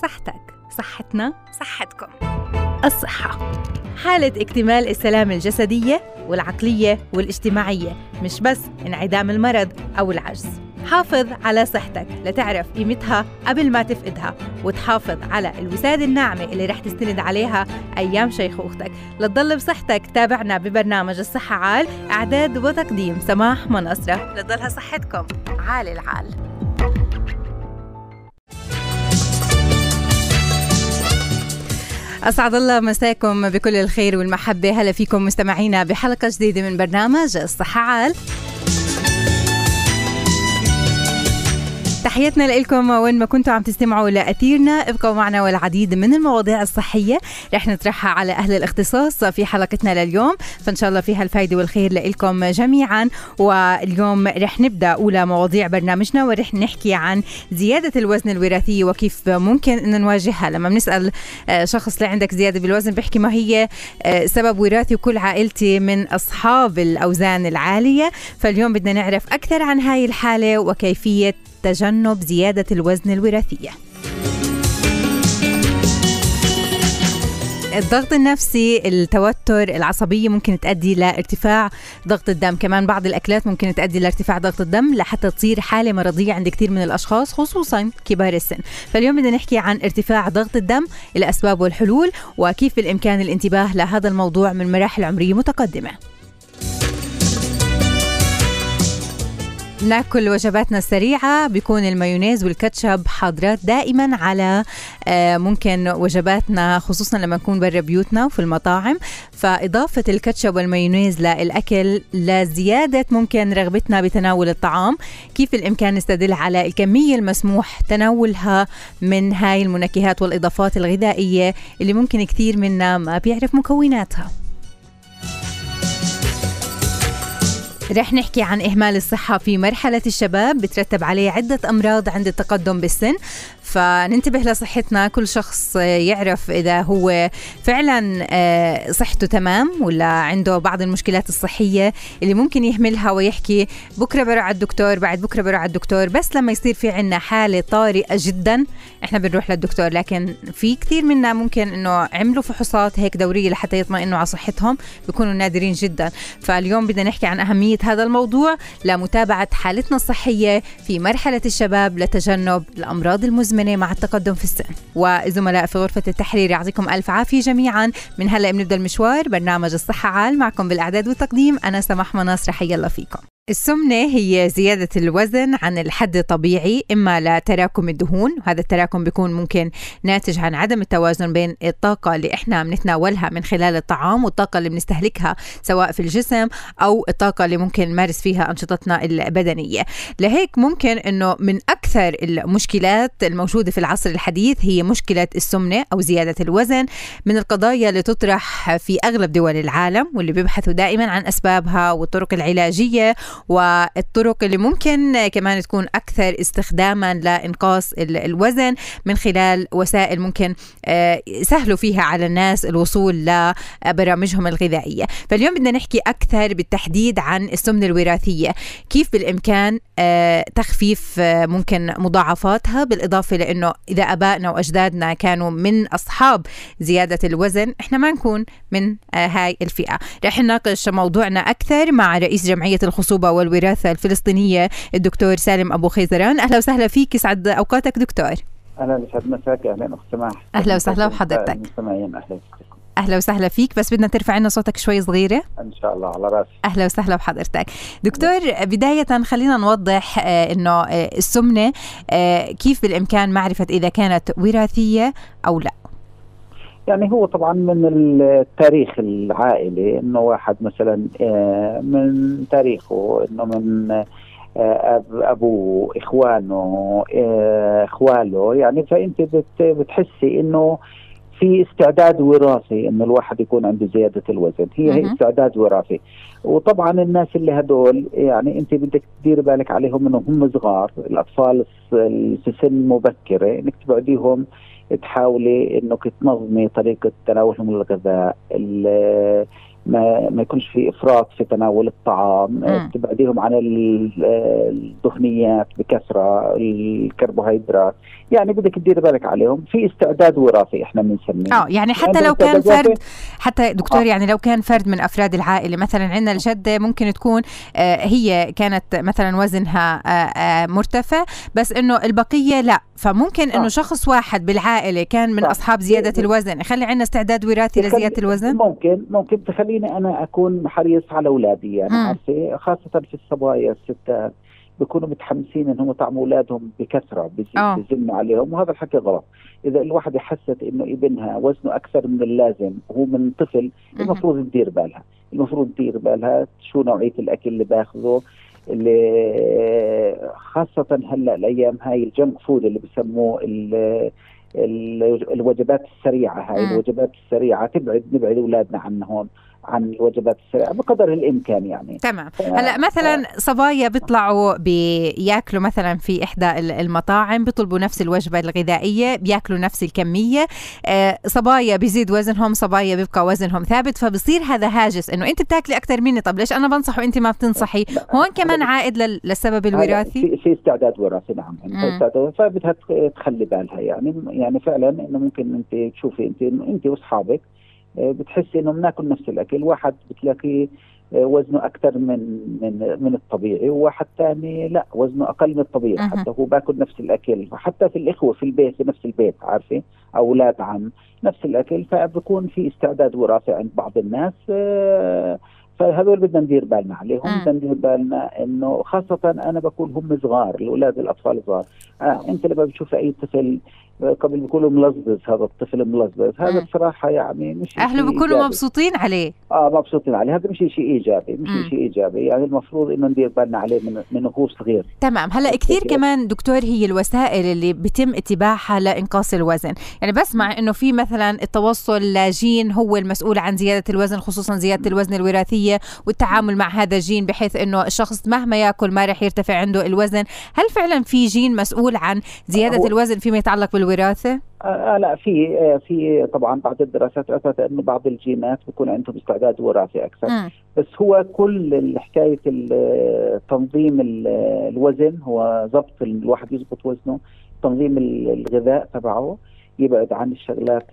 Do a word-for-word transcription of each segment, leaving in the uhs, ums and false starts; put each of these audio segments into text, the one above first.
صحتك، صحتنا، صحتكم. الصحة حالة اكتمال السلامة الجسدية والعقلية والاجتماعية، مش بس انعدام المرض أو العجز. حافظ على صحتك لتعرف قيمتها قبل ما تفقدها، وتحافظ على الوسادة الناعمة اللي رح تستند عليها أيام شيخوختك. لتضل بصحتك تابعنا ببرنامج الصحة عال، إعداد وتقديم سماح منصرة. لتضلها صحتكم عال العال. أسعد الله مساكم بكل الخير والمحبة. هلا فيكم مستمعينا بحلقة جديدة من برنامج الصحة عال. تحياتنا لكم وين ما كنتوا عم تستمعوا لأثيرنا. ابقوا معنا والعديد من المواضيع الصحية رح نطرحها على أهل الاختصاص في حلقتنا لليوم، فإن شاء الله فيها الفايدة والخير لكم جميعا. واليوم رح نبدأ أولى مواضيع برنامجنا، ورح نحكي عن زيادة الوزن الوراثية وكيف ممكن أن نواجهها. لما بنسأل شخص لا عندك زيادة بالوزن بيحكي ما هي سبب وراثي وكل عائلتي من أصحاب الأوزان العالية. فاليوم بدنا نعرف أكثر عن هاي الحالة وكيفية تجنب زيادة الوزن الوراثية. الضغط النفسي، التوتر، العصبية ممكن تؤدي لارتفاع ضغط الدم. كمان بعض الأكلات ممكن تؤدي لارتفاع ضغط الدم لحتى تصير حالة مرضية عند كثير من الأشخاص خصوصا كبار السن. فاليوم بدنا نحكي عن ارتفاع ضغط الدم، الأسباب والحلول، وكيف بالإمكان الانتباه لهذا الموضوع من مراحل عمرية متقدمة. ناكل وجباتنا السريعة، بيكون المايونيز والكاتشب حاضرات دائما على ممكن وجباتنا، خصوصا لما نكون برا بيوتنا وفي المطاعم. فإضافة الكاتشب والمايونيز للأكل لزيادة ممكن رغبتنا بتناول الطعام. كيف الإمكان نستدل على الكمية المسموح تناولها من هاي المنكهات والإضافات الغذائية اللي ممكن كثير منا ما بيعرف مكوناتها. رح نحكي عن إهمال الصحة في مرحلة الشباب، بترتب عليه عدة أمراض عند التقدم بالسن، فننتبه لصحتنا. كل شخص يعرف إذا هو فعلا صحته تمام ولا عنده بعض المشكلات الصحية اللي ممكن يهملها ويحكي بكرة بروح على الدكتور، بعد بكرة بروح على الدكتور. بس لما يصير في عنا حالة طارئة جدا احنا بنروح للدكتور. لكن في كثير منا ممكن انه عملوا فحوصات هيك دورية لحتى يطمئنوا على صحتهم، بيكونوا نادرين جدا. فاليوم بدنا نحكي عن أهمية هذا الموضوع لمتابعة حالتنا الصحية في مرحلة الشباب لتجنب الأمراض المزمنة مع التقدم في السن. وزملاء في غرفة التحرير يعطيكم ألف عافية جميعا. من هلأ بنبدأ المشوار. برنامج الصحة عال معكم بالإعداد والتقديم أنا سماح منصرة. حيا الله فيكم. السمنة هي زيادة الوزن عن الحد الطبيعي، إما لتراكم الدهون، وهذا التراكم بيكون ممكن ناتج عن عدم التوازن بين الطاقة اللي إحنا بنتناولها من خلال الطعام والطاقة اللي بنستهلكها سواء في الجسم أو الطاقة اللي ممكن نمارس فيها أنشطتنا البدنية. لهيك ممكن إنه من أكثر المشكلات الموجودة في العصر الحديث هي مشكلة السمنة أو زيادة الوزن. من القضايا اللي تطرح في أغلب دول العالم واللي بيبحثوا دائما عن أسبابها والطرق العلاجية والطرق اللي ممكن كمان تكون أكثر استخداما لإنقاص الوزن من خلال وسائل ممكن سهلوا فيها على الناس الوصول لبرامجهم الغذائية. فاليوم بدنا نحكي أكثر بالتحديد عن السمنة الوراثية، كيف بالإمكان تخفيف ممكن مضاعفاتها، بالإضافة لأنه إذا أبائنا وأجدادنا كانوا من أصحاب زيادة الوزن إحنا ما نكون من هاي الفئة. رح نناقش موضوعنا أكثر مع رئيس جمعية الخصوبة والوراثة الفلسطينية الدكتور سالم أبو خيزران. أهلا وسهلا فيك، يسعد أوقاتك دكتور. أهلا يسعد مساك. أهلا أخت سماح. أهلا وسهلا بحضرتك. أهلا وسهلا فيك، بس بدنا ترفع لنا صوتك شوي صغيرة. إن شاء الله على راسي. أهلا وسهلا بحضرتك دكتور. بداية خلينا نوضح آه إنه آه السمنة آه كيف بالإمكان معرفة إذا كانت وراثية أو لا. يعني هو طبعا من التاريخ العائلي انه واحد مثلا من تاريخه انه من أب ابوه اخوانه اخواله، يعني فانت بتحسي انه في استعداد وراثي انه الواحد يكون عنده زيادة الوزن. هي هي استعداد وراثي. وطبعا الناس اللي هدول يعني انت بدك تدير بالك عليهم انهم هم صغار، الاطفال في سن مبكرة، انك تبعديهم، تحاولي انك تنظمي طريقة تناولهم للغذاء، ما, ما يكونش في إفراط في تناول الطعام، تبعديهم عن الدهنيات بكثرة، الكربوهيدرات، يعني بدك تدير بالك عليهم. في استعداد وراثي احنا بنسميه. اه يعني حتى يعني لو كان فرد، حتى دكتور آه. يعني لو كان فرد من افراد العائله، مثلا عندنا الجده ممكن تكون آه هي كانت مثلا وزنها آه آه مرتفع، بس انه البقيه لا، فممكن انه آه. شخص واحد بالعائله كان من آه. اصحاب زياده الوزن يخلي عندنا استعداد وراثي لزياده الوزن. ممكن ممكن تخليني انا اكون حريص على اولادي، يعني عارفه خاصه في الصبايا الستات بيكونوا متحمسين انهم يطعموا اولادهم بكثره، بيزنوا عليهم، وهذا الحكي غلط. اذا الواحد حست انه ابنها وزنه اكثر من اللازم وهو من طفل، المفروض تدير بالها، المفروض تدير بالها شو نوعيه الاكل اللي باخذه، اللي خاصه هلا الايام هاي الجنك فود اللي بسموه الوجبات السريعه. هاي الوجبات السريعه تبعد نبعد اولادنا عنهم، عن الوجبات السريعة بقدر الإمكان يعني. تمام. هلا مثلا صبايا بيطلعوا بياكلوا مثلا في إحدى المطاعم، بيطلبوا نفس الوجبة الغذائية، بياكلوا نفس الكمية، آه صبايا بيزيد وزنهم، صبايا بيبقى وزنهم ثابت، فبصير هذا هاجس إنه أنت بتاكلي أكتر مني، طب ليش أنا بنصح وأنت ما بتنصحي؟ هون كمان عائد للسبب الوراثي. في, في استعداد وراثي، نعم، يعني فبدها تخلي بالها، يعني يعني فعلا إنه ممكن أنت تشوفي أنت أنت وأصحابك بتحسي انه بناكل نفس الاكل، واحد بتلاقيه وزنه اكثر من من من الطبيعي، وواحد ثاني لا وزنه اقل من الطبيعي، أه. حتى هو باكل نفس الاكل، حتى في الاخوه في البيت في نفس البيت، عارفه اولاد عم نفس الاكل، فبكون في استعداد وراثي عند بعض الناس. فهذول بدنا ندير بالنا عليهم، بدنا ندير بالنا انه خاصه انا بقول هم صغار، الاولاد الاطفال صغار. آه انت لما بتشوف اي طفل قبل بيقولوا ملزز، هذا الطفل ملزز، هذا بصراحه يعني مش اهله بيكونوا مبسوطين عليه. اه مبسوطين عليه، هذا مش شيء ايجابي، مش شيء ايجابي، يعني المفروض انه ندير بالنا عليه من من هو صغير. تمام. هلا كثير كمان دكتور هي الوسائل اللي بيتم اتباعها لانقاص الوزن، يعني بسمع انه في مثلا التوصل لجين هو المسؤول عن زياده الوزن، خصوصا زياده الوزن الوراثيه، والتعامل مع هذا الجين بحيث انه الشخص مهما ياكل ما رح يرتفع عنده الوزن. هل فعلا في جين مسؤول عن زياده الوزن فيما يتعلق بالوراثه؟ آه لا، في آه في طبعا بعض الدراسات اثبتت انه بعض الجينات بيكون عندهم استعداد وراثي اكثر. م. بس هو كل حكايه تنظيم الوزن، هو ضبط الواحد يضبط وزنه، تنظيم الغذاء تبعه، يبعد عن الشغلات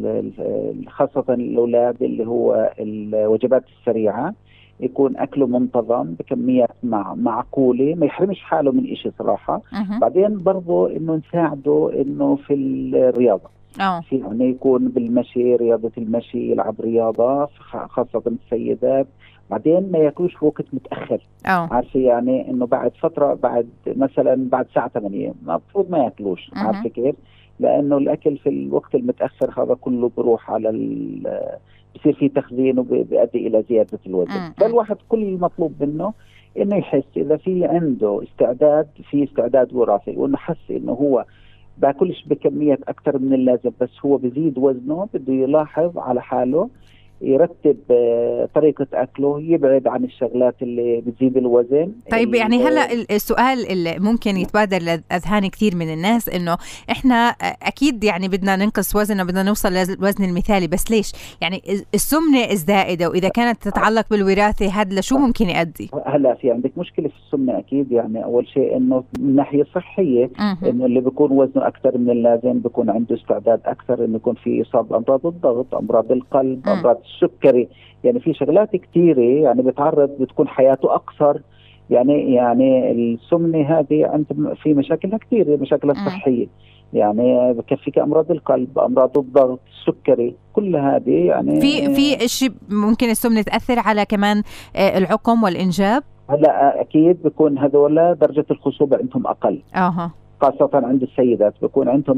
خاصه الاولاد اللي هو الوجبات السريعه، يكون أكله منتظم بكميات مع معقولة، ما يحرمش حاله من إشي صراحة. أه. بعدين برضو إنه نساعده إنه في الرياضة، أوه. في يعني يكون بالمشي، رياضة المشي، يلعب رياضة خاصة السيدات. بعدين ما ياكلوش في وقت متأخر، عارفة يعني إنه بعد فترة، بعد مثلا بعد ساعة ثمانية المفروض ما ياكلوش. أه. عارفة كيف؟ لأنه الأكل في الوقت المتأخر هذا كله بروح على ال بصير في تخزين وبيؤدي الى زياده الوزن. فالواحد كل المطلوب منه انه يحس اذا في عنده استعداد، في استعداد وراثي، وانه حس انه هو باكلش بكميات اكثر من اللازم بس هو بزيد وزنه، بده يلاحظ على حاله، يرتب طريقة أكله، يبعد عن الشغلات اللي بتزيد الوزن. طيب يعني هلأ السؤال اللي ممكن يتبادر لأذهان كثير من الناس إنه إحنا أكيد يعني بدنا ننقص وزن وبدنا نوصل للوزن المثالي، بس ليش؟ يعني السمنة الزائدة وإذا كانت تتعلق بالوراثة هذا لشو ممكن يؤدي؟ هلا في عندك مشكلة في السمنة أكيد. يعني أول شيء إنه من ناحية صحية، إنه اللي بيكون وزنه أكثر من اللازم بيكون عنده استعداد أكثر إنه يكون في إصابة أمراض الضغط، أمراض القلب، م. أمراض السكري، يعني في شغلات كثيرة يعني بتعرض بتكون حياته أقصر. يعني يعني السمنة هذه عند في مشاكلها كثيرة، مشاكلها الصحية، يعني بكفيك أمراض القلب، أمراض الضغط، السكري، كل هذه يعني في في شيء ممكن السمنة تأثر على كمان العقم والإنجاب. هلا أكيد بيكون هذولا درجة الخصوبة عندهم أقل. أها. خاصة عند السيدات بيكون عندهم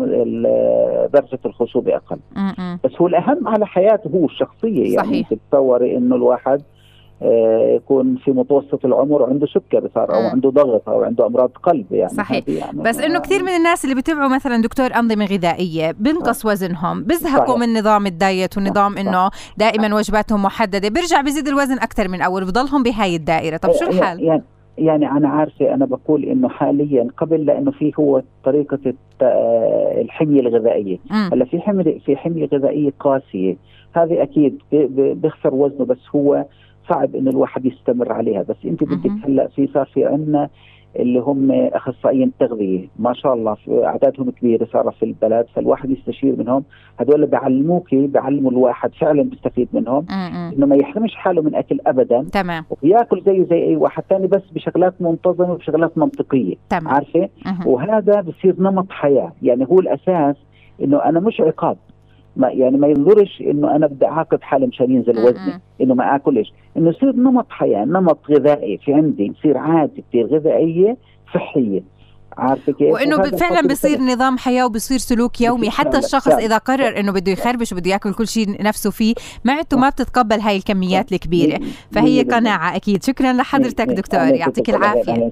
درجة الخصوبة أقل. م-م. بس هو الأهم على حياته هو الشخصية. صحيح. يعني تتصوري إنه الواحد يكون في متوسط العمر وعنده سكر صار، أو عنده ضغط، أو عنده أمراض قلب. يعني صحيح. يعني بس إنه كثير من الناس اللي بتبعوا مثلا دكتور أنظمة غذائية بنقص وزنهم، بزهقوا من نظام الدايت والنظام إنه دائما وجباتهم محددة، بيرجع بيزيد الوزن أكثر من أول، بضلهم بهاي الدائرة. طب شو الحال؟ يعني يعني أنا عارفة، أنا بقول إنه حاليا قبل، لأنه في هو طريقة الحمية الغذائية. هلا في حمية في حمية غذائية قاسية، هذه أكيد بيخسر وزنه، بس هو صعب إنه الواحد يستمر عليها. بس أنت بدك هلا في صار في عنا اللي هم اخصائيين التغذيه، ما شاء الله اعدادهم كبيره صار في البلد، فالواحد يستشير منهم. هذول بيعلموكي بيعلموا الواحد فعلا بيستفيد منهم انه ما يحرمش حاله من اكل ابدا. تمام. وياكل زيه زي اي واحد ثاني، بس بشغلات منتظمه وبشغلات منطقيه. تمام. عارفه؟ وهذا بصير نمط حياه. يعني هو الاساس انه انا مش عقاب، ما يعني ما ينظرش انه انا بدي اعاقب حالي مشان ينزل وزني انه ما اكلش، انه يصير نمط حياه، نمط غذائي في عندي، يصير عادة كثير غذائيه صحيه. عارفه كيف؟ وانه فعلا بصير نظام حياه وبصير سلوك يومي. حتى الشخص فعلا. اذا قرر انه بده يخربش وبده ياكل كل شيء نفسه فيه، معدته ما بتتقبل هاي الكميات الكبيره، فهي قناعه اكيد. شكرا لحضرتك دكتور، يعطيك العافيه.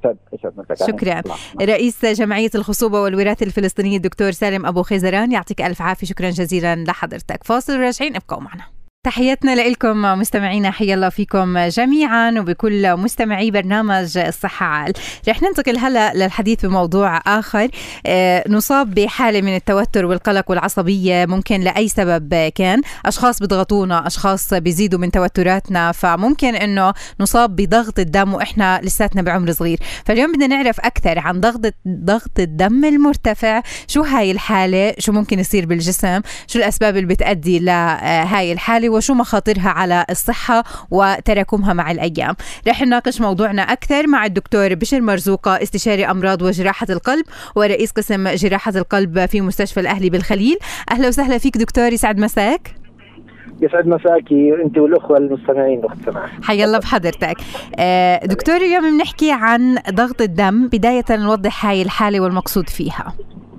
شكرا. رئيس جمعيه الخصوبه والوراثه الفلسطينيه الدكتور سالم ابو خيزران، يعطيك الف عافيه. شكرا جزيلا لحضرتك. فاصل وراجعين، ابقوا معنا. تحياتنا لكم مستمعينا، حيا الله فيكم جميعا وبكل مستمعي برنامج الصحة عال. رح ننتقل هلا للحديث بموضوع آخر. آه نصاب بحالة من التوتر والقلق والعصبية، ممكن لأي سبب كان. أشخاص بيضغطونا، أشخاص بيزيدوا من توتراتنا، فممكن إنه نصاب بضغط الدم وإحنا لساتنا بعمر صغير. فاليوم بدنا نعرف أكثر عن ضغط ضغط الدم المرتفع، شو هاي الحالة، شو ممكن يصير بالجسم، شو الأسباب اللي بتأدي لهاي الحالة، وشو مخاطرها على الصحة وتراكمها مع الأيام. رح نناقش موضوعنا أكثر مع الدكتور بشر مرزوقة، استشاري أمراض وجراحة القلب ورئيس قسم جراحة القلب في مستشفى الأهلي بالخليل. أهلا وسهلا فيك دكتور، يسعد مساك. يسعد مساكي انت والاخوه المستمعين. اخت سماح، حيا الله بحضرتك. دكتور، اليوم بنحكي عن ضغط الدم. بداية نوضح هاي الحالة والمقصود فيها.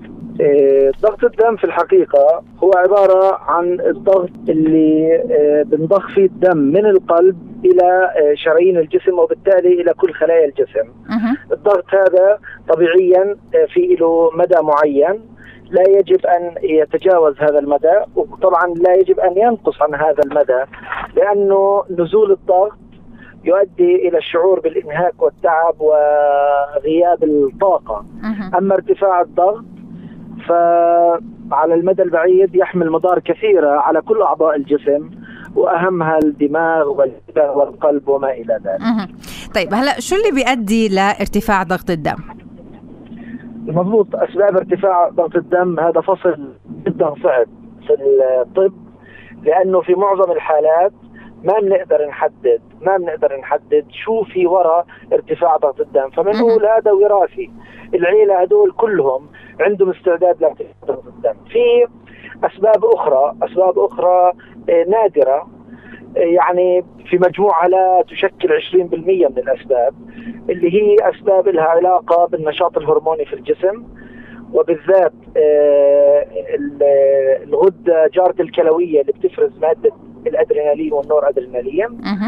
ضغط الدم في الحقيقة هو عبارة عن الضغط اللي بنضخ فيه الدم من القلب إلى شرايين الجسم وبالتالي إلى كل خلايا الجسم. الضغط هذا طبيعيا في له مدى معين، لا يجب أن يتجاوز هذا المدى، وطبعا لا يجب أن ينقص عن هذا المدى، لأنه نزول الضغط يؤدي إلى الشعور بالإنهاك والتعب وغياب الطاقة. أما ارتفاع الضغط فعلى المدى البعيد يحمل مضار كثيرة على كل أعضاء الجسم، وأهمها الدماغ والقلب وما إلى ذلك. طيب هلأ شو اللي بيؤدي لارتفاع ضغط الدم؟ مضبوط. أسباب ارتفاع ضغط الدم هذا فصل جدا صعب في الطب، لأنه في معظم الحالات ما بنقدر نحدد ما بنقدر نحدد شو في وراء ارتفاع ضغط الدم، فبنقول هذا وراثي. العيلة هدول كلهم عندهم استعداد لارتفاع ضغط الدم. في أسباب أخرى أسباب أخرى نادرة، يعني في مجموعة لا تشكل عشرين بالمئة من الأسباب، اللي هي أسباب لها علاقة بالنشاط الهرموني في الجسم، وبالذات الغدة جارة الكلوية اللي بتفرز مادة الأدرينالين والنور أدرينالين.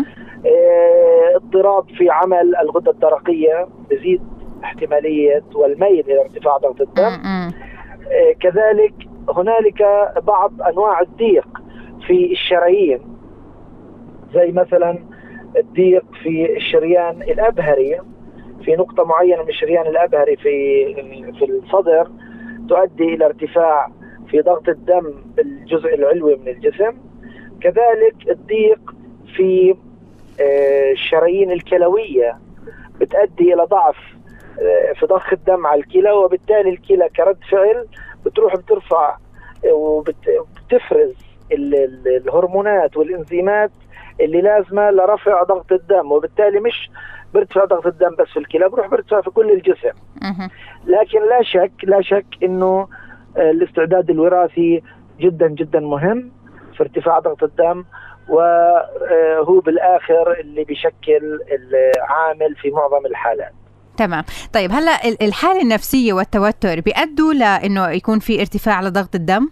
اضطراب في عمل الغدة الدرقية بزيد احتمالية والميل إلى ارتفاع ضغط الدم. كذلك هنالك بعض أنواع الضيق في الشرايين، زي مثلا الضيق في الشريان الأبهري، في نقطة معينة من الشريان الأبهري في في الصدر تؤدي إلى ارتفاع في ضغط الدم بالجزء العلوي من الجسم. كذلك الضيق في الشرايين الكلوية بتؤدي إلى ضعف في ضخ الدم على الكلى، وبالتالي الكلى كرد فعل بتروح بترفع وبتفرز الهرمونات والإنزيمات اللي لازمة لرفع ضغط الدم، وبالتالي مش بيرتفع ضغط الدم بس في الكلى، بروح بيرتفع في كل الجسم. لكن لا شك لا شك إنه الاستعداد الوراثي جدا جدا مهم في ارتفاع ضغط الدم، وهو بالآخر اللي بيشكل العامل في معظم الحالات. تمام. طيب هلا الحالة النفسية والتوتر بيؤدوا لأنه يكون في ارتفاع لضغط الدم؟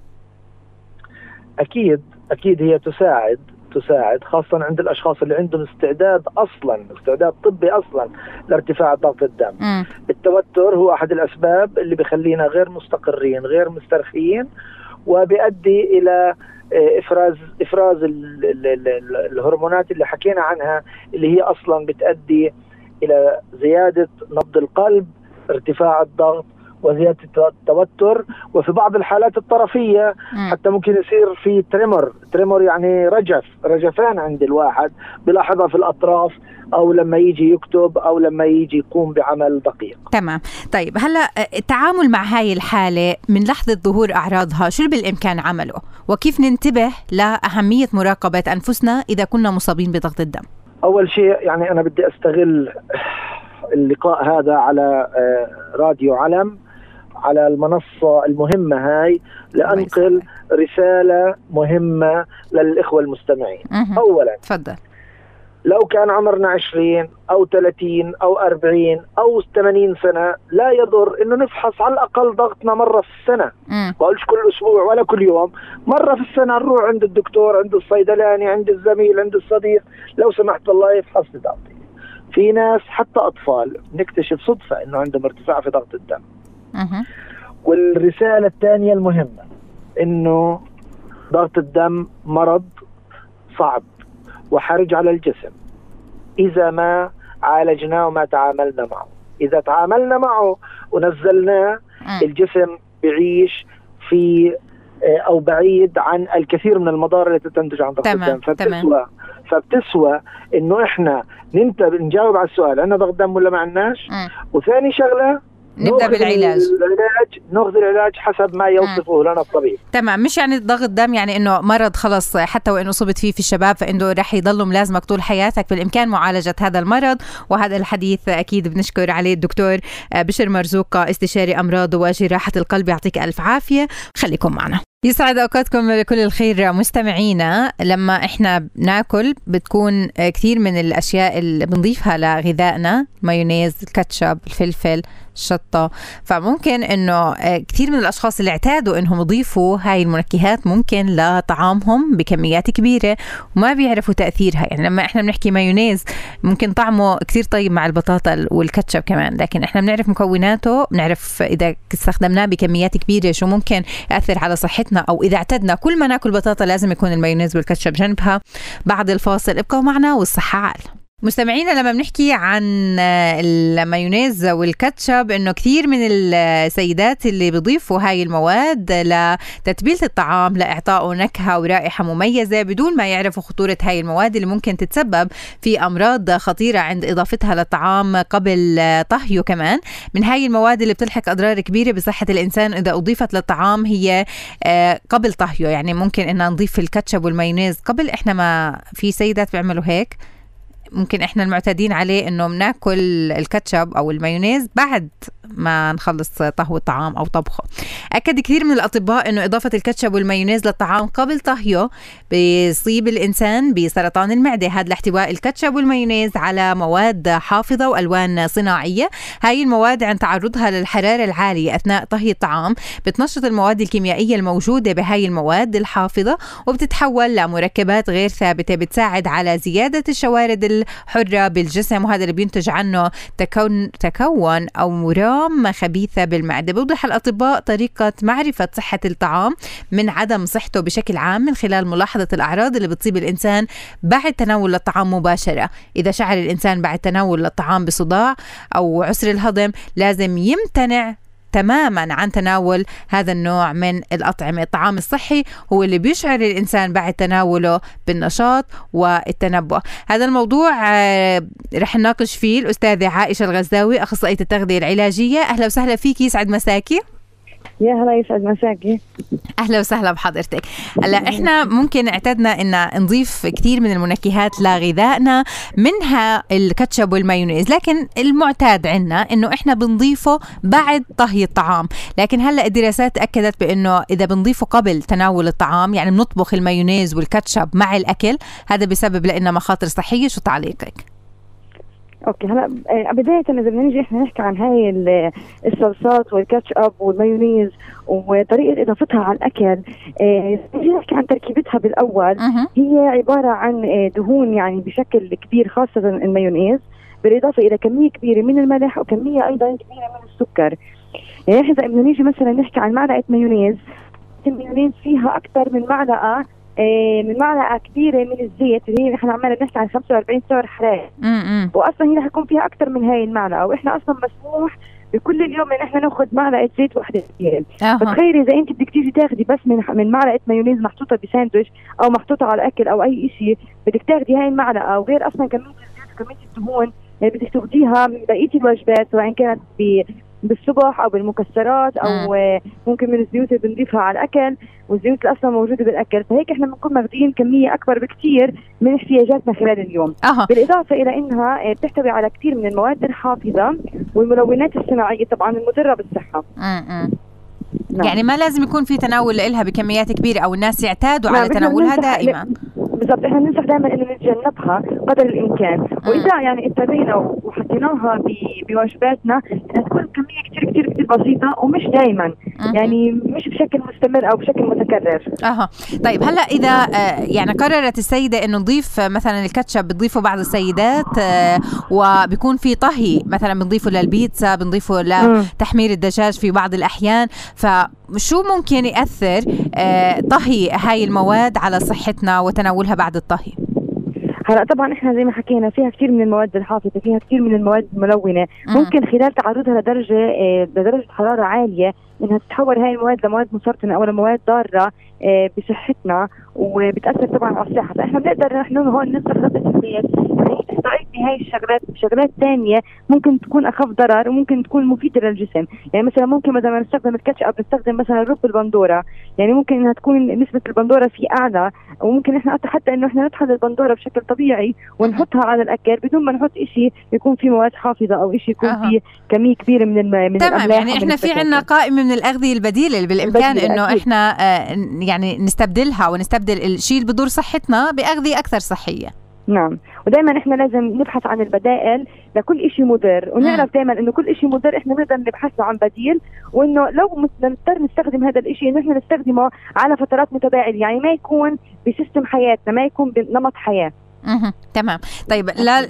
أكيد أكيد هي تساعد تساعد خاصة عند الأشخاص اللي عندهم استعداد أصلا استعداد طبي أصلا لارتفاع ضغط الدم. م. التوتر هو أحد الأسباب اللي بيخلينا غير مستقرين غير مسترخيين، وبيؤدي إلى إفراز إفراز ال ال ال الهرمونات اللي حكينا عنها، اللي هي أصلا بتؤدي إلى زيادة نبض القلب، ارتفاع الضغط، وزيادة التوتر، وفي بعض الحالات الطرفية حتى ممكن يصير في تريمور. تريمور يعني رجف، رجفان عند الواحد بلاحظها في الأطراف، أو لما يجي يكتب، أو لما يجي يقوم بعمل دقيق. تمام. طيب هلأ التعامل مع هاي الحالة من لحظة ظهور أعراضها شو بالإمكان عمله؟ وكيف ننتبه لأهمية مراقبة أنفسنا إذا كنا مصابين بضغط الدم؟ أول شيء يعني أنا بدي أستغل اللقاء هذا على راديو علم، على المنصة المهمة هاي، لأنقل رسالة مهمة للإخوة المستمعين. أولا تفضل. لو كان عمرنا عشرين أو ثلاثين أو أربعين أو ثمانين سنة، لا يضر إنه نفحص على الأقل ضغطنا مرة في السنة. ما بقولش كل أسبوع ولا كل يوم، مرة في السنة نروح عند الدكتور، عند الصيدلاني، عند الزميل، عند الصديق، لو سمحت والله يفحص لي ضغطي. في ناس حتى أطفال نكتشف صدفة إنه عندهم ارتفاع في ضغط الدم. والرسالة الثانية المهمة إنه ضغط الدم مرض صعب وحرج على الجسم إذا ما عالجناه وما تعاملنا معه. إذا تعاملنا معه ونزلناه، الجسم بيعيش في أو بعيد عن الكثير من المضار التي تنتج عن ضغط الدم. فبتسوى فبتسوى إنه إحنا ننتبه نجاوب على السؤال عندنا ضغط دم ولا ما عندناش. وثاني شغلة نبدأ بالعلاج. العلاج ناخذ العلاج حسب ما يوصفه لنا الطبيب. تمام. مش يعني ضغط دم يعني انه مرض خلص حتى وانه صبت فيه في الشباب فانه رح يضل ملازمك طول حياتك. بالامكان معالجة هذا المرض، وهذا الحديث اكيد بنشكر عليه الدكتور بشر مرزوقة، استشاري امراض وجراحة القلب. يعطيك الف عافية، خليكم معنا. يسعد اوقاتكم بكل الخير مستمعينا. لما احنا بناكل بتكون كثير من الاشياء اللي بنضيفها لغذائنا، مايونيز، الكاتشب، الفلفل، الشطة، فممكن انه كثير من الاشخاص اللي اعتادوا انهم يضيفوا هاي المنكهات ممكن لطعامهم بكميات كبيرة وما بيعرفوا تأثيرها. يعني لما احنا بنحكي مايونيز ممكن طعمه كثير طيب مع البطاطا والكاتشب كمان، لكن احنا بنعرف مكوناته، بنعرف اذا استخدمناه بكميات كبيرة شو ممكن يأثر على صحتنا، او اذا اعتدنا كل ما ناكل بطاطا لازم يكون المايونيز والكاتشب جنبها. بعد الفاصل ابقوا معنا والصحة عال. مستمعينا، لما بنحكي عن المايونيز والكاتشب انه كثير من السيدات اللي بيضيفوا هاي المواد لتتبيلة الطعام لإعطائه نكهة ورائحة مميزة بدون ما يعرفوا خطورة هاي المواد اللي ممكن تتسبب في أمراض خطيرة عند إضافتها للطعام قبل طهيه. كمان من هاي المواد اللي بتلحق أضرار كبيرة بصحة الإنسان إذا أضيفت للطعام هي قبل طهيه. يعني ممكن إننا نضيف الكاتشب والمايونيز قبل، إحنا ما في سيدات بيعملوا هيك، ممكن احنا المعتادين عليه انه بناكل الكاتشب او المايونيز بعد ما نخلص طهو الطعام او طبخه. اكد كثير من الاطباء انه اضافه الكاتشب والمايونيز للطعام قبل طهيه بيصيب الانسان بسرطان المعده، هذا لاحتواء الكاتشب والمايونيز على مواد حافظه والوان صناعيه. هاي المواد عند تعرضها للحراره العاليه اثناء طهي الطعام بتنشط المواد الكيميائيه الموجوده بهاي المواد الحافظه وبتتحول لمركبات غير ثابته بتساعد على زياده الشوارد الحره بالجسم، وهذا اللي بينتج عنه تكون تكون او مرام خبيثة بالمعدة. بيوضح الأطباء طريقة معرفة صحة الطعام من عدم صحته بشكل عام من خلال ملاحظة الأعراض اللي بتصيب الإنسان بعد تناول الطعام مباشرة. إذا شعر الإنسان بعد تناول الطعام بصداع أو عسر الهضم لازم يمتنع تماما عن تناول هذا النوع من الأطعمة. الطعام الصحي هو اللي بيشعر الإنسان بعد تناوله بالنشاط والتنبؤ. هذا الموضوع رح نناقش فيه الأستاذة عائشة الغزاوي، أخصائية التغذية العلاجية. أهلا وسهلا فيك، يسعد مساكي. يا هلا، يسعد مساكي. أهلا وسهلا بحضرتك. هلا إحنا ممكن اعتدنا إن نضيف كثير من المنكهات لغذائنا منها الكاتشب والمايونيز، لكن المعتاد عنا إنه إحنا بنضيفه بعد طهي الطعام. لكن هلا الدراسات أكدت بإنه إذا بنضيفه قبل تناول الطعام، يعني بنطبخ المايونيز والكاتشب مع الأكل، هذا بيسبب لنا مخاطر صحية. شو تعليقك؟ اوكي، هلا بدايه اذا بدنا نيجي احنا نحكي عن هاي الصلصات والكاتش اب والمايونيز وطريقه اضافتها على الاكل، نيجي نحكي عن تركيبتها بالاول. أه. هي عباره عن دهون يعني بشكل كبير، خاصه المايونيز، بالاضافه الى كميه كبيره من الملح وكميه ايضا كبيره من السكر. يعني احنا اذا بدنا نيجي مثلا نحكي عن معلقه مايونيز، المايونيز فيها اكثر من معلقه من معلقه كبيره من الزيت اللي هي نحن عمالنا بنحكي عن خمسة وأربعين سعر حراري، واصلا هي رح يكون فيها اكثر من هاي المعلقه، واحنا اصلا مسموح بكل اليوم ان احنا ناخذ معلقه زيت واحده كبيره. أه. فتخيلي اذا انت بدك تيجي تاخذي بس من من معلقه مايونيز محطوطه بساندويتش او محطوطه على اكل او اي شيء، بدك تاخذي هاي المعلقه، وغير اصلا كميه الزيت وكميه الدهون اللي بدك تاخذيها من بقيه الوجبات، سواء كانت ب بالصبح او بالمكسرات او مم. ممكن من الزيوت اللي بنضيفها على الاكل، والزيوت اللي اصلا موجوده بالاكل، فهيك احنا بنكون ماخذين كميه اكبر بكثير من احتياجاتنا خلال اليوم. أه. بالاضافه الى انها بتحتوي على كثير من المواد الحافظه والملونات الصناعيه طبعا المضره بالصحه. امم نعم. يعني ما لازم يكون في تناول لها بكميات كبيره او الناس يعتادوا على تناولها دائما. بالضبط، احنا بننصح دائما انه نتجنبها قدر الامكان، واذا يعني اضطرينا وحطيناها بوجباتنا انها تكون كميه كثير كثير كثير بسيطه ومش دائما، يعني مش بشكل مستمر او بشكل متكرر. اها طيب هلا اذا آه يعني قررت السيده انه نضيف مثلا الكاتشب، بتضيفه بعض السيدات آه وبيكون في طهي مثلا بنضيفه للبيتزا، بنضيفه لتحمير الدجاج في بعض الاحيان، فشو ممكن ياثر آه طهي هاي المواد على صحتنا وتناولها بعد الطهي؟ هلا طبعا احنا زي ما حكينا فيها كثير من المواد الحافظه، فيها كثير من المواد الملونه، ممكن خلال تعرضها لدرجه آه لدرجه حراره عاليه انها تتحول هاي المواد لمواد مسرطنه او لمواد ضاره آه بصحتنا، وبتاثر طبعا على الصحه. فاحنا بنقدر نحن هون نستخدم البيت تستعيدي هاي الشغلات بشغلات ثانيه ممكن تكون اخف ضرر وممكن تكون مفيده للجسم. يعني مثلا ممكن بدل ما نستخدم الكاتشب نستخدم مثلا رب البندوره، يعني ممكن انها تكون نسبه البندوره فيه اعلى، وممكن احنا حتى انه احنا نطحن البندوره بشكل طبيعي ونحطها على الاكل بدون ما نحط شيء يكون فيه مواد حافظه او شيء يكون أه. فيه كميه كبيره من الم... من تمام. يعني احنا في عندنا قائمه من الاغذيه البديله اللي بالامكان انه احنا آه يعني نستبدلها ونستبدل الشيء اللي بضر صحتنا باغذيه اكثر صحيه. نعم، ودائما احنا لازم نبحث عن البدائل لكل شيء مضر، ونعرف دائما انه كل شيء مضر احنا نقدر نبحث عن بديل، وانه لو نضطر نستخدم هذا الشيء انه احنا نستخدمه على فترات متباعده، يعني ما يكون بسيستم حياتنا، ما يكون بنمط حياه. اها تمام. طيب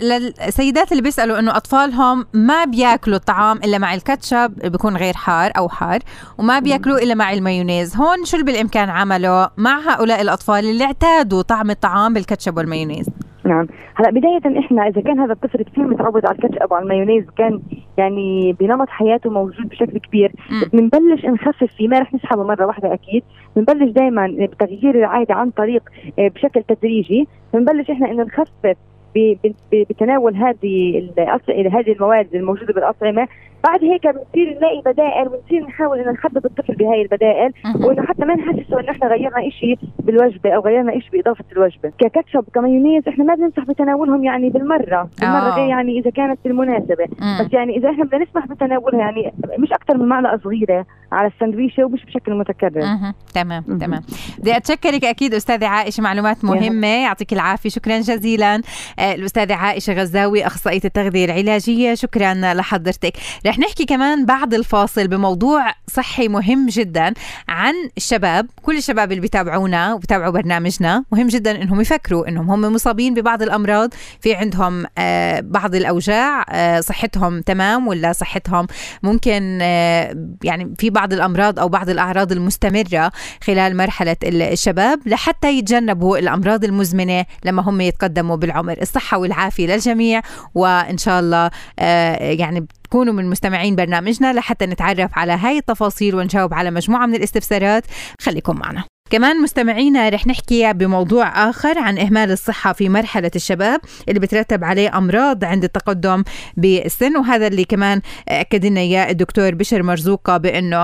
للسيدات اللي بيسالوا انه اطفالهم ما بياكلوا الطعام الا مع الكاتشب بيكون غير حار او حار، وما بياكلوا الا مع المايونيز، هون شو اللي بالامكان عمله مع هؤلاء الاطفال اللي اعتادوا طعم الطعام بالكاتشب والمايونيز؟ نعم، هلا بداية احنا اذا كان هذا الطفل كثير متعود على الكاتشب وعلى المايونيز وكان يعني بنمط حياته موجود بشكل كبير، بنبلش نخفف فيه، ما رح نسحبه مرة واحدة اكيد، بنبلش دائما بتغيير العادة عن طريق بشكل تدريجي، بنبلش احنا انه نخفف بتناول هذه هذه المواد الموجوده بالاطعمه. بعد هيك بنصير نلاقي بدائل ونصير نحاول ان نحبب الطفل بهاي البدائل، وانه حتى ما نحسسه انه احنا غيرنا شيء بالوجبه او غيرنا شيء باضافه الوجبه. ككاتشب كمايونيز احنا ما بننصح بتناولهم يعني بالمره بالمره غير يعني اذا كانت بالمناسبه، بس يعني اذا احنا بدنا نسمح بتناولها يعني مش اكثر من معلقه صغيره على السندويشه ومش بشكل متكرر. مه. تمام مه. تمام. بدي اتشكرك اكيد استاذه عائشه، معلومات مهمه، يعطيك العافيه، شكرا جزيلا. آه الاستاذه عائشه غزاوي اخصائيه التغذيه العلاجيه، شكرا لحضرتك. رح نحكي كمان بعد الفاصل بموضوع صحي مهم جدا عن الشباب، كل الشباب اللي بيتابعونا وبيتابعوا برنامجنا مهم جدا انهم يفكروا انهم هم مصابين ببعض الامراض، في عندهم آه بعض الاوجاع، آه صحتهم تمام ولا صحتهم ممكن آه يعني في بعض الامراض او بعض الاعراض المستمره خلال مرحله الشباب، لحتى يتجنبوا الامراض المزمنه لما هم يتقدموا بالعمر. الصحه والعافيه للجميع، وان شاء الله آه يعني تكونوا من مستمعين برنامجنا لحتى نتعرف على هاي التفاصيل ونجاوب على مجموعة من الاستفسارات. خليكم معنا. كمان مستمعينا رح نحكي بموضوع آخر عن إهمال الصحة في مرحلة الشباب اللي بترتب عليه أمراض عند التقدم بالسن، وهذا اللي كمان أكد لنا إياه الدكتور بشر مرزوقة، بأنه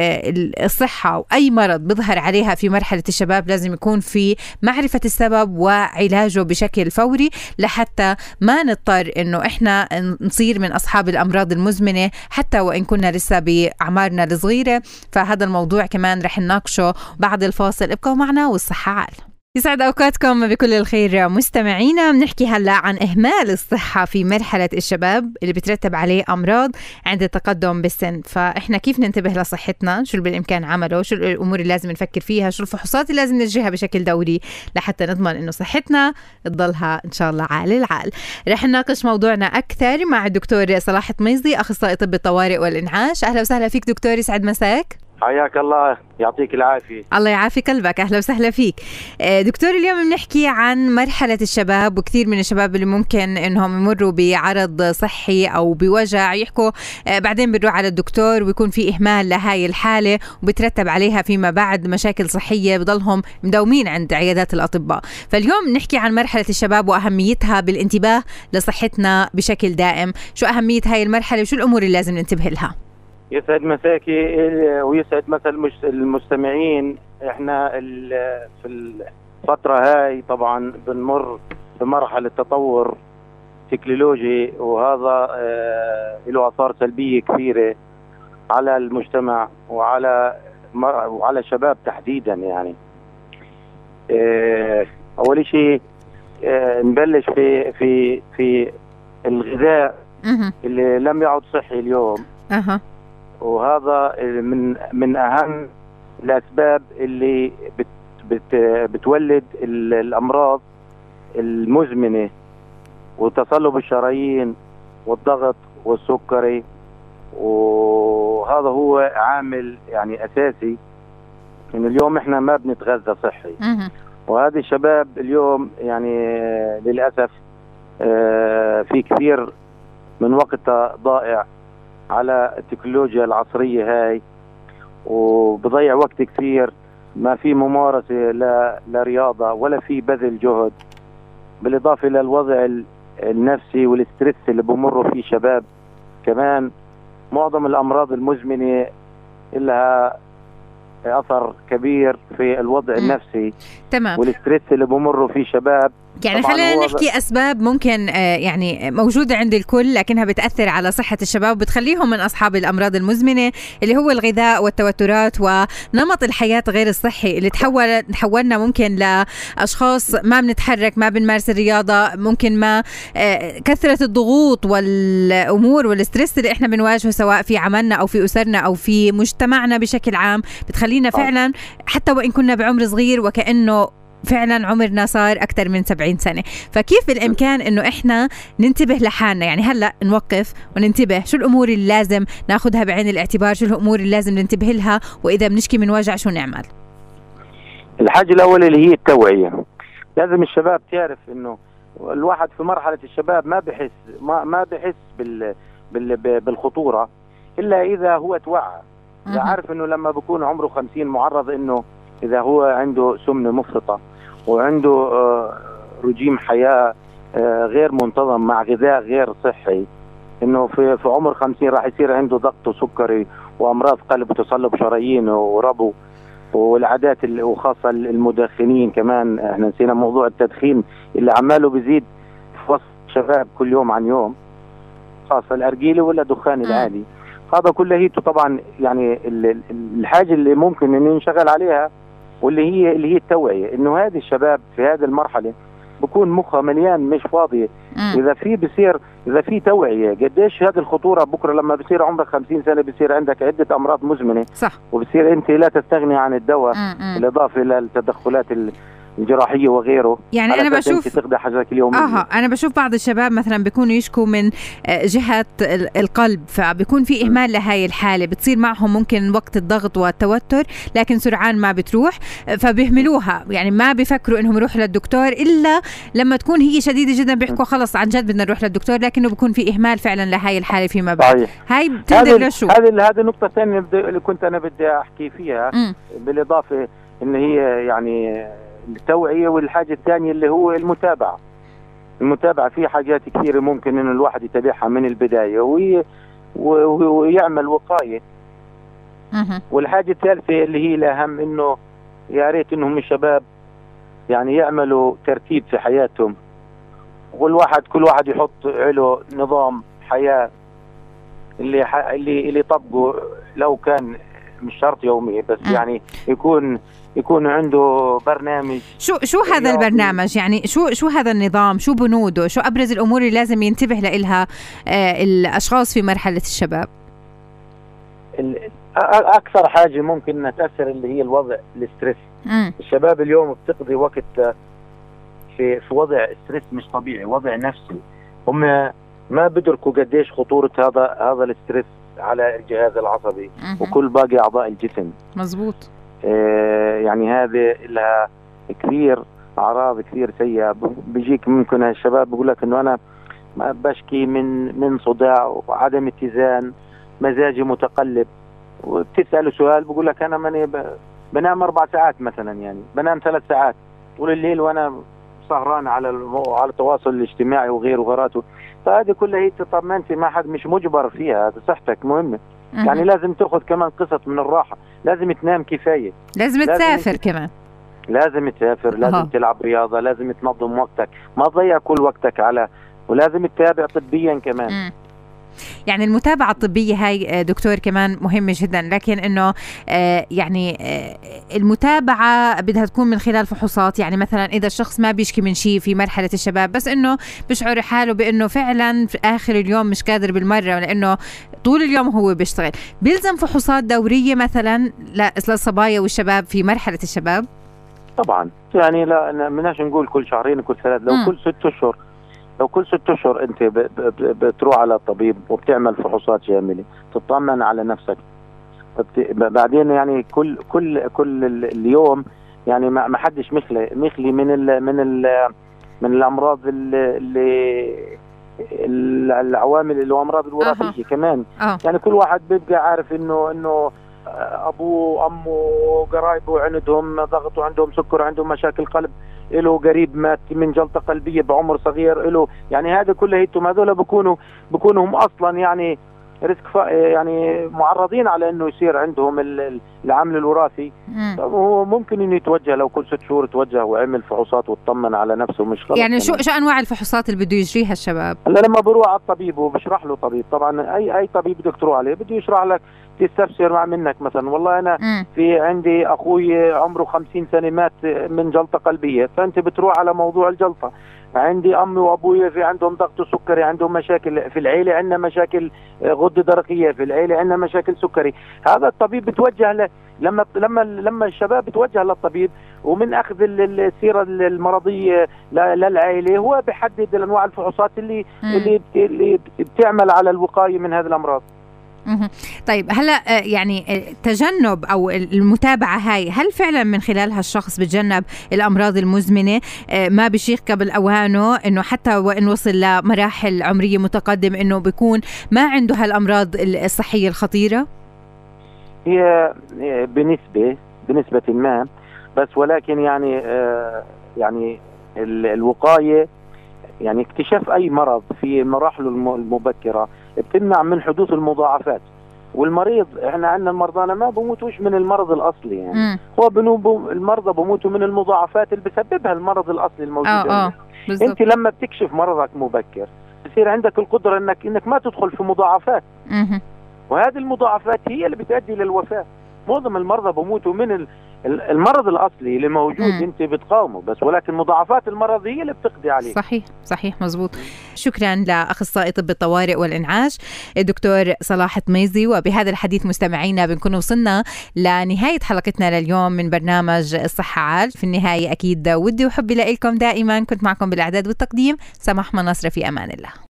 الصحة وأي مرض بيظهر عليها في مرحلة الشباب لازم يكون في معرفة السبب وعلاجه بشكل فوري، لحتى ما نضطر إنه إحنا نصير من أصحاب الأمراض المزمنة حتى وإن كنا لسه بأعمارنا الصغيرة. فهذا الموضوع كمان رح نناقشه بعد الفاصل. ابقوا معنا والصحة عال. يسعد أوقاتكم بكل الخير مستمعينا. بنحكي هلا عن إهمال الصحة في مرحلة الشباب اللي بترتب عليه أمراض عند التقدم بالسن. فإحنا كيف ننتبه لصحتنا، شو اللي بالإمكان عمله، شو الأمور اللي لازم نفكر فيها، شو الفحوصات اللي لازم نجريها بشكل دوري لحتى نضمن إنه صحتنا تضلها إن شاء الله عال العال. رح نناقش موضوعنا أكثر مع الدكتور صلاح طميزي، أخصائي طب الطوارئ والإنعاش. أهلا وسهلا فيك دكتور، يسعد مساك. حياك الله، يعطيك العافية. الله يعافي قلبك، أهلا وسهلا فيك دكتور. اليوم بنحكي عن مرحلة الشباب، وكثير من الشباب اللي ممكن إنهم يمروا بعرض صحي أو بوجع يحكوا بعدين بنروح على الدكتور ويكون في إهمال لهاي الحالة وبترتب عليها فيما بعد مشاكل صحية بضلهم مداومين عند عيادات الأطباء. فاليوم نحكي عن مرحلة الشباب وأهميتها بالانتباه لصحتنا بشكل دائم. شو أهمية هاي المرحلة وشو الأمور اللي لازم ننتبه لها؟ يسعد مساكي ويسعد مثل المستمعين. احنا في الفترة هاي طبعا بنمر بمرحلة تطور تكنولوجي، وهذا اه له آثار سلبية كثيرة على المجتمع وعلى وعلى الشباب تحديدا. يعني اه اول شيء اه نبلش في في في الغذاء اللي لم يعد صحي اليوم. أه. وهذا من من اهم الاسباب اللي بت بت بتولد الامراض المزمنه وتصلب الشرايين والضغط والسكري، وهذا هو عامل يعني اساسي ان اليوم احنا ما بنتغذى صحي. وهذه الشباب اليوم يعني للاسف في كثير من وقتها ضائع على التكنولوجيا العصرية هاي، وبضيع وقت كثير، ما في ممارسة لا لرياضة ولا في بذل جهد، بالإضافة إلى الوضع النفسي والستريس اللي بمروا فيه شباب. كمان معظم الأمراض المزمنة لها أثر كبير في الوضع النفسي. تمام. والستريس اللي بمروا فيه شباب. يعني خلينا نحكي أسباب ممكن آه يعني موجودة عند الكل لكنها بتأثر على صحة الشباب وبتخليهم من أصحاب الأمراض المزمنة، اللي هو الغذاء والتوترات ونمط الحياة غير الصحي اللي تحول تحولنا ممكن لأشخاص ما بنتحرك، ما بنمارس الرياضة، ممكن ما آه كثرة الضغوط والأمور والستريس اللي إحنا بنواجهه سواء في عملنا أو في أسرنا أو في مجتمعنا بشكل عام، بتخلينا فعلا حتى وإن كنا بعمر صغير وكأنه فعلا عمرنا صار أكثر من سبعين سنة. فكيف بالإمكان إنه إحنا ننتبه لحالنا؟ يعني هلأ نوقف وننتبه شو الأمور اللي لازم ناخدها بعين الاعتبار، شو الأمور اللي لازم ننتبه لها، وإذا بنشكي من وجع شو نعمل؟ الحاجة الأولى اللي هي التوعية. لازم الشباب تعرف إنه الواحد في مرحلة الشباب ما بحس ما ما بحس بال بال بالخطورة إلا إذا هو توعى. إذا عارف إنه لما بكون عمره خمسين معرض إنه إذا هو عنده سمنة مفرطة وعنده رجيم حياة غير منتظم مع غذاء غير صحي، إنه في في عمر خمسين راح يصير عنده ضغط وسكري وأمراض قلب وتصلب شرايين وربو والعادات، وخاصة المدخنين. كمان احنا نسينا موضوع التدخين اللي عماله بيزيد في وسط الشباب كل يوم عن يوم، خاصة الأرجيلة ولا دخان العادي. هذا كله هي طبعا يعني الحاجة اللي ممكن ان نشغل عليها واللي هي اللي هي التوعية، انه هذه الشباب في هذه المرحلة بكون مخها مليان مش فاضي. اذا في بصير اذا في توعية قديش هذه الخطورة بكرة لما بصير عمرك خمسين سنة بصير عندك عدة امراض مزمنة. صح. وبصير انت لا تستغني عن الدواء بالاضافة الى التدخلات الجراحية وغيره. يعني أنا بشوف تقضي حاجات اليومية. آه أنا بشوف بعض الشباب مثلا بيكونوا يشكوا من جهة القلب، فبيكون في إهمال لهاي الحالة، بتصير معهم ممكن وقت الضغط والتوتر لكن سرعان ما بتروح فبيهملوها، يعني ما بيفكروا إنهم يروحوا للدكتور إلا لما تكون هي شديدة جدا بيحكوا خلص عن جد بدنا نروح للدكتور، لكنه بيكون في إهمال فعلا لهاي الحالة فيما بعد. صحيح. هاي بتقدر لشو؟ هذه هذه نقطة ثانية اللي كنت أنا بدي أحكي فيها. م. بالإضافة إن هي يعني التوعية، والحاجة الثانية اللي هو المتابعة. المتابعة في حاجات كثيرة ممكن إنه الواحد يتابعها من البداية وي... ويعمل وقاية. والحاجة الثالثة اللي هي الأهم إنه يا ريت إنهم الشباب يعني يعملوا ترتيب في حياتهم، والواحد كل واحد يحط له نظام حياة اللي ح... اللي اللي يطبقه، لو كان مش شرط يومي بس م. يعني يكون يكون عنده برنامج. شو شو هذا البرنامج؟ يعني شو شو هذا النظام؟ شو بنوده؟ شو أبرز الأمور اللي لازم ينتبه لإلها آه الأشخاص في مرحلة الشباب؟ أكثر حاجة ممكن أنها تأثر اللي هي الوضع الستريس. م. الشباب اليوم بتقضي وقت في في وضع ستريس مش طبيعي، وضع نفسي. هم ما بدركوا قديش خطورة هذا هذا الستريس على الجهاز العصبي وكل باقي أعضاء الجسم. مزبوط. آه يعني هذه لها كثير أعراض كثير سيئة. بيجيك ممكن الشباب بيقول لك إنه أنا بشكي من من صداع وعدم اتزان، مزاجي متقلب، وبتسأله سؤال بيقول لك أنا ماني بنام أربع ساعات مثلا، يعني بنام ثلاث ساعات طول الليل وأنا سهران على المو... على التواصل الاجتماعي وغيره وغيراته. فهذه كلها هي طبعا انت ما حد مش مجبر فيها، هذا صحتك مهمه. مم. يعني لازم تاخذ كمان قسط من الراحه، لازم تنام كفايه، لازم, لازم تسافر ت... كمان لازم تسافر، لازم أه. تلعب رياضه، لازم تنظم وقتك، ما تضيع كل وقتك على، ولازم تتابع طبيا كمان. مم. يعني المتابعة الطبية هاي دكتور كمان مهمة جدا، لكن انه آه يعني آه المتابعة بدها تكون من خلال فحوصات. يعني مثلا اذا الشخص ما بيشكي من شيء في مرحلة الشباب، بس انه بيشعر حاله بانه فعلا في اخر اليوم مش قادر بالمرة لانه طول اليوم هو بيشتغل، بيلزم فحوصات دورية مثلا للصبايا والشباب في مرحلة الشباب؟ طبعا يعني لا مناش نقول كل شهرين كل ثلاث، لو م. كل ست اشهر لو كل ست اشهر انت بتروح على الطبيب وبتعمل فحوصات شامله تطمن على نفسك. بعدين يعني كل كل كل اليوم يعني ما حدش مخلي مخلي من ال من ال من الامراض اللي العوامل اللي هو امراض الوراثيه. أه. كمان أه. يعني كل واحد بيبقى عارف انه انه ابوه امه قرايبه عندهم ضغط وعندهم سكر وعندهم مشاكل قلب، له قريب مات من جلطه قلبيه بعمر صغير له، يعني هذا كله هيتم هذول بكونوا بكونوا هم اصلا يعني ريسك يعني معرضين على انه يصير عندهم العامل الوراثي. هو ممكن انه يتوجه لو كل ست شهور يتوجه ويعمل فحوصات ويطمن على نفسه، مش غلط. يعني شو شو انواع الفحوصات اللي بده يجريها الشباب؟ هلا لما بروح على الطبيب وبشرح له طبيب، طبعا اي اي طبيب بدك تروح عليه بده يشرح لك تستفسر مع منك مثلا والله انا م. في عندي اخوي عمره خمسين سنه مات من جلطه قلبيه، فانت بتروح على موضوع الجلطه. عندي امي وابوي في عندهم ضغط وسكري، عندهم مشاكل في العيله، عندنا مشاكل غده درقيه في العيله، عندنا مشاكل سكري. هذا الطبيب بتوجه ل... لما لما لما الشباب بتوجه للطبيب ومن اخذ السيره المرضيه للعائله، هو بحدد انواع الفحوصات اللي م. اللي اللي بتعمل على الوقايه من هذه الامراض. طيب هلا يعني تجنب او المتابعه هاي، هل فعلا من خلالها الشخص بتجنب الامراض المزمنه، ما بشيخ قبل اوانه، انه حتى وان وصل لمراحل عمريه متقدم انه بيكون ما عنده هالامراض الصحيه الخطيره؟ هي بنسبه بنسبه ما، بس ولكن يعني آه يعني الوقايه يعني اكتشاف اي مرض في مراحله المبكره بتمنع من حدوث المضاعفات. والمريض احنا عندنا المرضى ما بموتوش من المرض الاصلي، يعني م. هو بنوب المرضى بموتوا من المضاعفات اللي بسببها المرض الاصلي الموجود. اه اه انت لما بتكشف مرضك مبكر بصير عندك القدره انك انك ما تدخل في مضاعفات، م- وهذه المضاعفات هي اللي بتؤدي للوفاه. معظم المرضى بموتوا من المرض الاصلي اللي موجود، م. انت بتقاومه بس، ولكن مضاعفات المرض هي اللي بتقضي عليه. صحيح صحيح مزبوط. شكرا لاخصائي طب الطوارئ والانعاش الدكتور صلاح طميزي. وبهذا الحديث مستمعينا بنكون وصلنا لنهايه حلقتنا لليوم من برنامج الصحه عال. في النهايه اكيد ودي وحبي لكم دائما، كنت معكم بالاعداد والتقديم سماح مناصر، في امان الله.